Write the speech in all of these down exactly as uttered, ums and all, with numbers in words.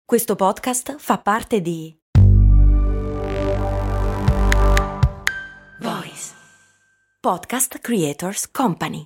Questo podcast fa parte di Voice Podcast Creators Company.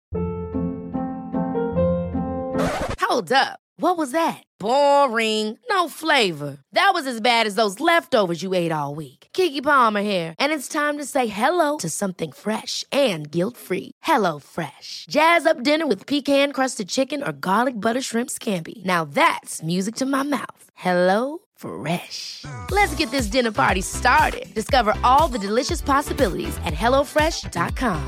Hold up. What was that? Boring. No flavor. That was as bad as those leftovers you ate all week. Keke Palmer here, and it's time to say hello to something fresh and guilt-free. Hello Fresh. Jazz up dinner with pecan-crusted chicken or garlic butter shrimp scampi. Now that's music to my mouth. Hello Fresh. Let's get this dinner party started. Discover all the delicious possibilities at hello fresh dot com.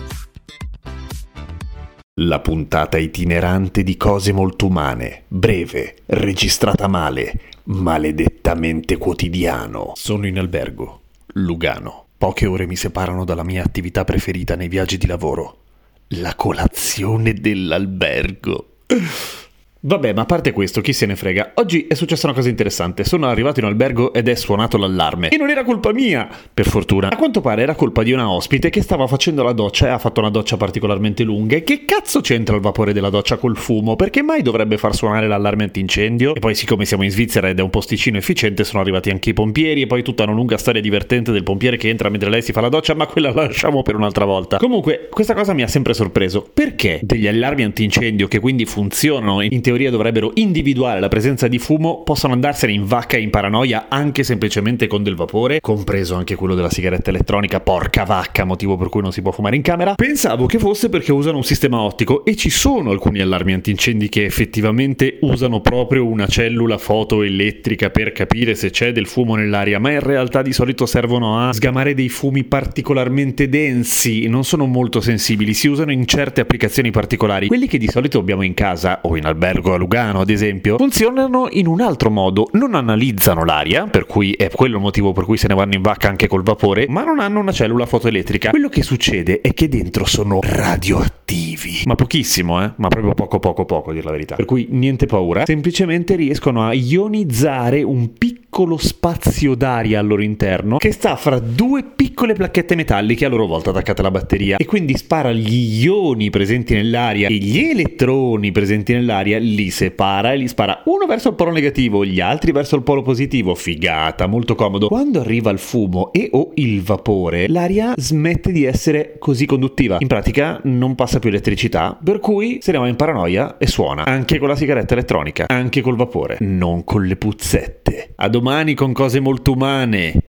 La puntata itinerante di Cose molto umane, breve, registrata male, maledettamente quotidiano. Sono in albergo, Lugano. Poche ore mi separano dalla mia attività preferita nei viaggi di lavoro, la colazione dell'albergo. Vabbè, ma a parte questo, chi se ne frega. Oggi è successa una cosa interessante. Sono arrivato in albergo ed è suonato l'allarme. E non era colpa mia, per fortuna. A quanto pare era colpa di una ospite che stava facendo la doccia e ha fatto una doccia particolarmente lunga. E che cazzo c'entra il vapore della doccia col fumo? Perché mai dovrebbe far suonare l'allarme antincendio? E poi, siccome siamo in Svizzera ed è un posticino efficiente, sono arrivati anche i pompieri. E poi tutta una lunga storia divertente del pompiere che entra mentre lei si fa la doccia, ma quella la lasciamo per un'altra volta. Comunque, questa cosa mi ha sempre sorpreso. Perché degli allarmi antincendio, che quindi funzionano, in teoria dovrebbero individuare la presenza di fumo, possono andarsene in vacca e in paranoia anche semplicemente con del vapore, compreso anche quello della sigaretta elettronica, porca vacca, motivo per cui non si può fumare in camera? Pensavo che fosse perché usano un sistema ottico, e ci sono alcuni allarmi antincendi che effettivamente usano proprio una cellula fotoelettrica per capire se c'è del fumo nell'aria, ma in realtà di solito servono a sgamare dei fumi particolarmente densi, non sono molto sensibili, si usano in certe applicazioni particolari. Quelli che di solito abbiamo in casa o in albergo a Lugano, ad esempio, funzionano in un altro modo. Non analizzano l'aria, per cui è quello il motivo per cui se ne vanno in vacca anche col vapore, ma non hanno una cellula fotoelettrica. Quello che succede è che dentro sono radioattivi, ma pochissimo, eh? Ma proprio poco poco poco, a dir la verità. Per cui niente paura, semplicemente riescono a ionizzare un piccolo spazio d'aria al loro interno che sta fra due piccole placchette metalliche a loro volta attaccate alla batteria, e quindi spara gli ioni presenti nell'aria e gli elettroni presenti nell'aria, li separa e li spara uno verso il polo negativo, gli altri verso il polo positivo. Figata, molto comodo. Quando arriva il fumo e o il vapore, l'aria smette di essere così conduttiva, in pratica non passa più elettricità, per cui se ne va in paranoia e suona, anche con la sigaretta elettronica, anche col vapore, non con le puzzette. A domani con Cose molto umane.